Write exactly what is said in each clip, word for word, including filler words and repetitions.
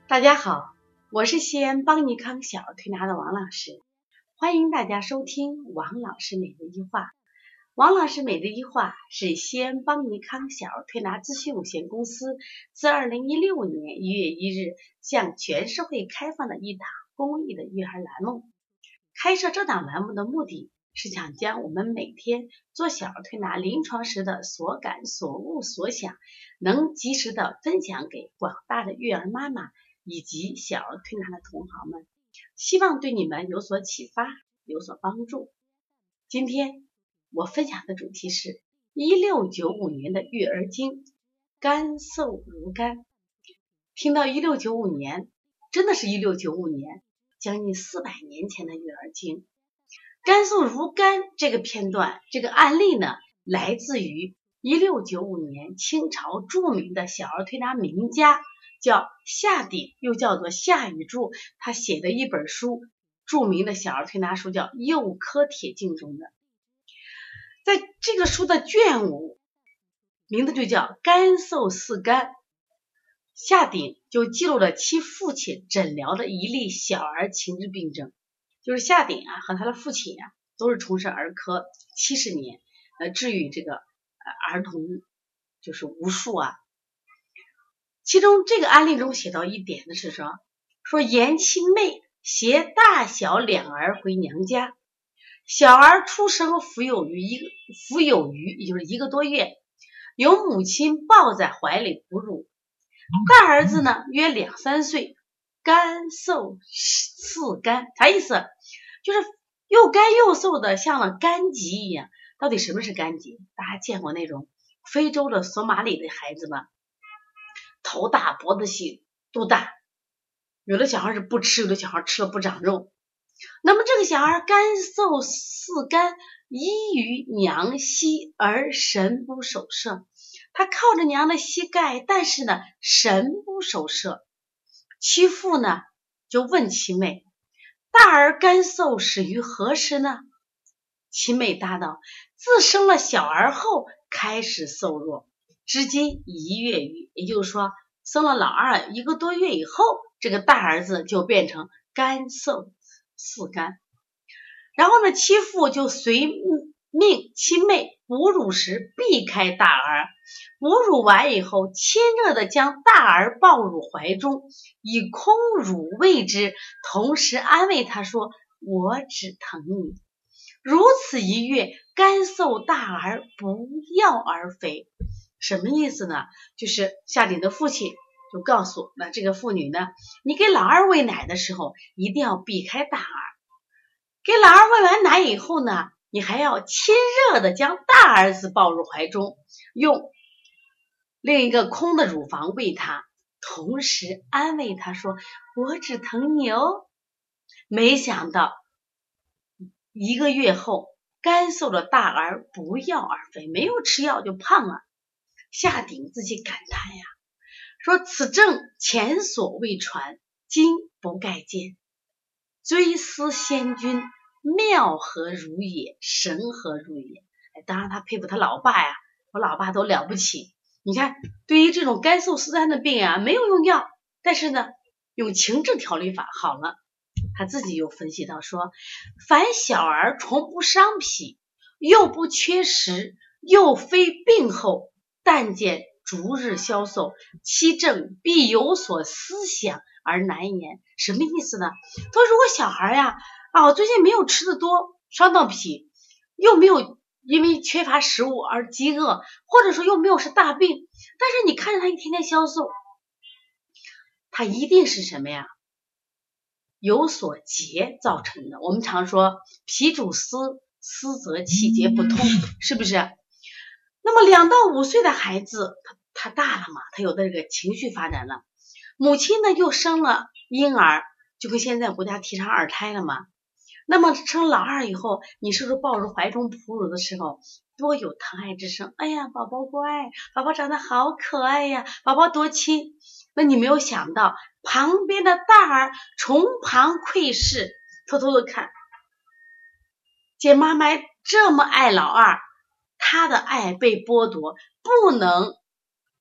大家好，我是西安邦尼康小儿推拿的王老师，欢迎大家收听王老师每日一话。王老师每日一话是西安邦尼康小儿推拿咨询有限公司自二零一六年一月一日向全社会开放的一档公益的育儿栏目。开设这档栏目的目的是想将我们每天做小儿推拿临床时的所感所悟所想，能及时的分享给广大的育儿妈妈以及小儿推拿的同行们，希望对你们有所启发，有所帮助。今天我分享的主题是一六九五年的育儿经，干瘦如干。听到一六九五年，真的是一六九五年，将近四百年前的育儿经。干瘦如干这个片段，这个案例呢，来自于一六九五年清朝著名的小儿推拿名家叫夏鼎，又叫做夏禹柱，他写的一本书，著名的小儿推拿书叫《幼科帖经》中的。在这个书的卷五，名字就叫干瘦似干。夏鼎就记录了其父亲诊疗的一例小儿情志病症，就是夏鼎啊和他的父亲啊都是从事儿科七十年，呃治愈这个呃儿童就是无数啊。其中这个案例中写到一点的是说，说严其妹携大小两儿回娘家，小儿出生服有余一个服有余，也就是一个多月，由母亲抱在怀里哺乳。大儿子呢约两三岁，干瘦似干，啥意思？就是又干又瘦的，像了干吉一样。到底什么是干吉？大家见过那种非洲的索马里的孩子吗？头大脖子细肚大，有的小孩是不吃，有的小孩吃了不长肉。那么这个小孩干瘦似干，依于娘膝而神不守舍，他靠着娘的膝盖，但是呢神不守舍。其父呢就问其妹，大儿干瘦始于何时呢？其妹答道，自生了小儿后开始瘦弱，至今一月余，也就是说生了老二一个多月以后，这个大儿子就变成干瘦似干。然后呢，其父就随命其妹哺乳时避开大儿，哺乳完以后亲热的将大儿抱入怀中，以空乳喂之，同时安慰他说，我只疼你。如此一月，干瘦大儿不药而肥。什么意思呢？就是夏鼎的父亲就告诉那这个妇女呢，你给老二喂奶的时候一定要避开大儿，给老二喂完奶以后呢，你还要亲热的将大儿子抱入怀中，用另一个空的乳房喂他，同时安慰他说，我只疼你哦。没想到一个月后，干瘦的大儿不药而肥，没有吃药就胖了。夏鼎自己感叹呀，说此症前所未传，今不盖见，追思先君，妙何如也，神何如也。当然他佩服他老爸呀，我老爸都了不起。你看对于这种干瘦似干的病啊，没有用药，但是呢用情志调理法好了。他自己又分析到说，凡小儿从不伤脾，又不缺食，又非病后，但见逐日消瘦，其症必有所思想而难言。什么意思呢？说如果小孩呀啊最近没有吃的多，伤到脾，又没有因为缺乏食物而饥饿，或者说又没有是大病，但是你看着他一天天消瘦，他一定是什么呀？有所结造成的。我们常说脾主思，思则气结不通，是不是？那么两到五岁的孩子，他他大了嘛，他有的这个情绪发展了，母亲呢又生了婴儿，就跟现在国家提倡二胎了嘛。那么生老二以后，你是不是抱入怀中哺乳的时候，多有疼爱之声？哎呀，宝宝乖，宝宝长得好可爱呀，宝宝多亲。那你没有想到旁边的大儿从旁窥视，偷偷的看，见妈妈这么爱老二，他的爱被剥夺，不能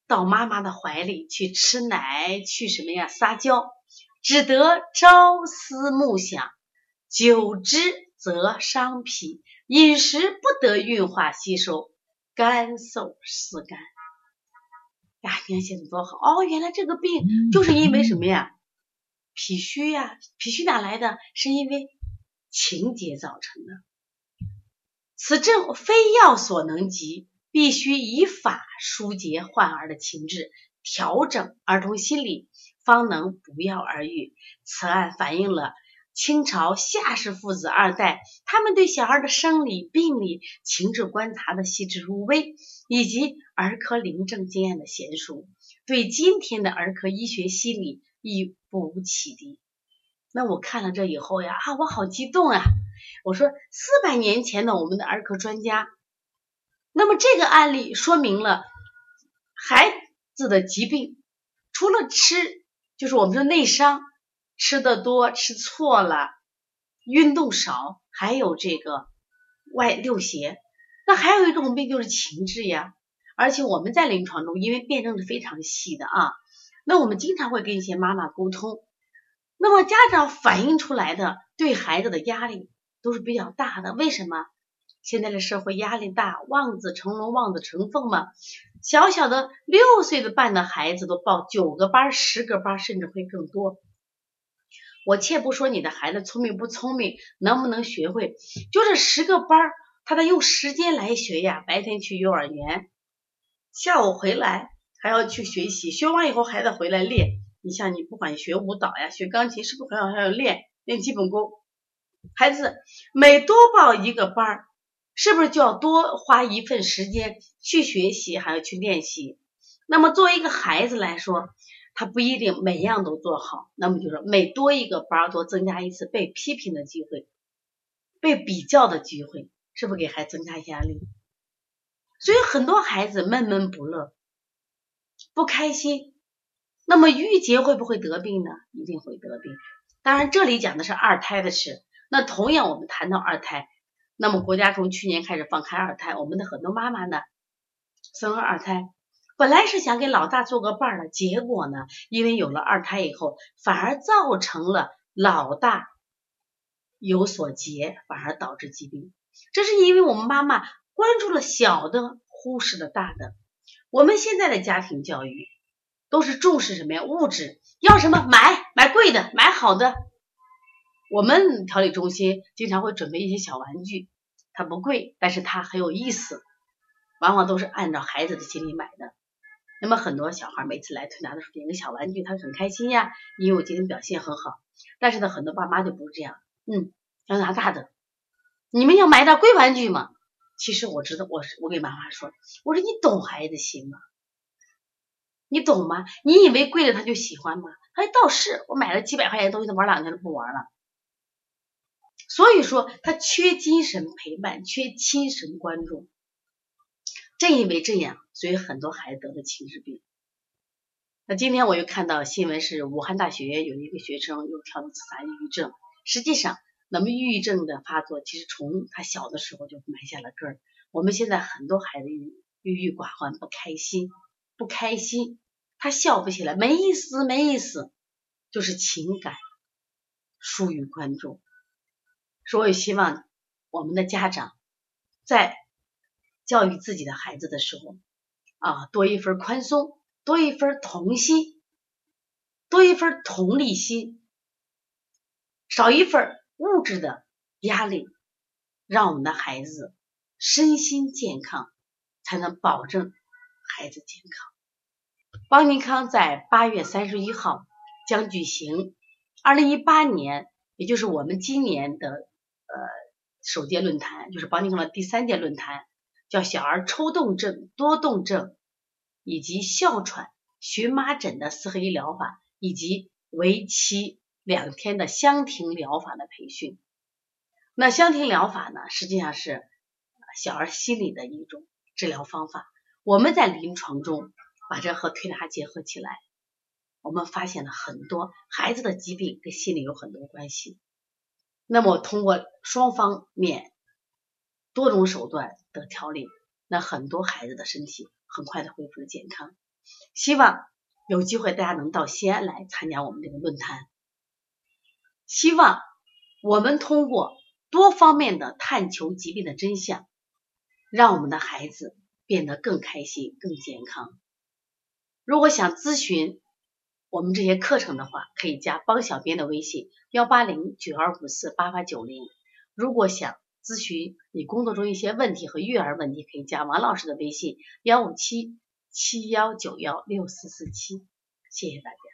到妈妈的怀里去吃奶，去什么呀撒娇，只得朝思暮想，久之则伤脾，饮食不得运化吸收，干瘦湿干。呀，你看写的多好哦！原来这个病就是因为什么呀？脾虚呀，脾虚哪来的？是因为情结造成的。此症非药所能及，必须以法疏解患儿的情志，调整儿童心理，方能不药而愈。此案反映了清朝夏氏父子二代，他们对小孩的生理、病理、情志观察的细致入微，以及儿科临症经验的娴熟，对今天的儿科医学心理亦不无启迪。那我看了这以后呀，啊，我好激动啊！我说四百年前的我们的儿科专家，那么这个案例说明了孩子的疾病，除了吃，就是我们说内伤，吃的多，吃错了，运动少，还有这个外六邪。那还有一种病就是情志呀，而且我们在临床中，因为辩证是非常细的啊，那我们经常会跟一些妈妈沟通，那么家长反映出来的对孩子的压力都是比较大的。为什么？现在的社会压力大，望子成龙望子成凤嘛，小小的六岁的半的孩子都报九个班十个班，甚至会更多。我且不说你的孩子聪明不聪明，能不能学会，就这十个班他得用时间来学呀，白天去幼儿园，下午回来还要去学习，学完以后还得回来练。你像你不管学舞蹈呀，学钢琴，是不是还要练练基本功？孩子每多报一个班，是不是就要多花一份时间去学习，还要去练习？那么作为一个孩子来说，他不一定每样都做好，那么就是每多一个班，多增加一次被批评的机会，被比较的机会，是不是给孩子增加压力？所以很多孩子闷闷不乐，不开心。那么郁结会不会得病呢？一定会得病。当然这里讲的是二胎的事，那同样我们谈到二胎，那么国家从去年开始放开二胎，我们的很多妈妈呢生了二胎，本来是想给老大做个伴的，结果呢因为有了二胎以后，反而造成了老大有所结，反而导致疾病。这是因为我们妈妈关注了小的，忽视了大的。我们现在的家庭教育都是重视什么呀？物质，要什么买买贵的，买好的。我们调理中心经常会准备一些小玩具，它不贵，但是它很有意思，往往都是按照孩子的心理买的。那么很多小孩每次来推拿的时候点个小玩具，他很开心呀，因为我今天表现很好。但是呢，很多爸妈就不是这样，嗯，要拿大的。你们要买点贵玩具吗？其实我知道，我我给妈妈说，我说你懂孩子心吗？你懂吗？你以为贵了他就喜欢吗？他倒是，我买了几百块钱的东西，他玩两天就不玩了。所以说他缺精神陪伴，缺亲神关注。正因为这样，所以很多孩子得了情志病。那今天我又看到新闻是武汉大学有一个学生又跳楼自杀抑郁症。实际上那么抑郁症的发作其实从他小的时候就埋下了根儿。我们现在很多孩子郁郁寡欢，不开心不开心，他笑不起来，没意思没意思，就是情感疏于关注。所以希望我们的家长在教育自己的孩子的时候啊，多一份宽松，多一份同心，多一份同理心，少一份物质的压力，让我们的孩子身心健康，才能保证孩子健康。邦尼康在八月三十一号将举行二零一八年，也就是我们今年的呃首届论坛，就是邦尼康的第三届论坛，叫小儿抽动症、多动症以及哮喘、荨麻疹的四合一疗法，以及为期两天的香庭疗法的培训。那香庭疗法呢，实际上是小儿心理的一种治疗方法。我们在临床中把这和推拿结合起来，我们发现了很多孩子的疾病跟心理有很多关系。那么通过双方面多种手段的调理，那很多孩子的身体很快的恢复了健康。 希望有机会大家能到西安来参加我们这个论坛，希望我们通过多方面的探求疾病的真相，让我们的孩子变得更开心更健康。如果想咨询我们这些课程的话，可以加帮小编的微信幺八零九二五四八八九零。如果想咨询你工作中一些问题和育儿问题，可以加王老师的微信幺五七七幺九幺六四四七。谢谢大家。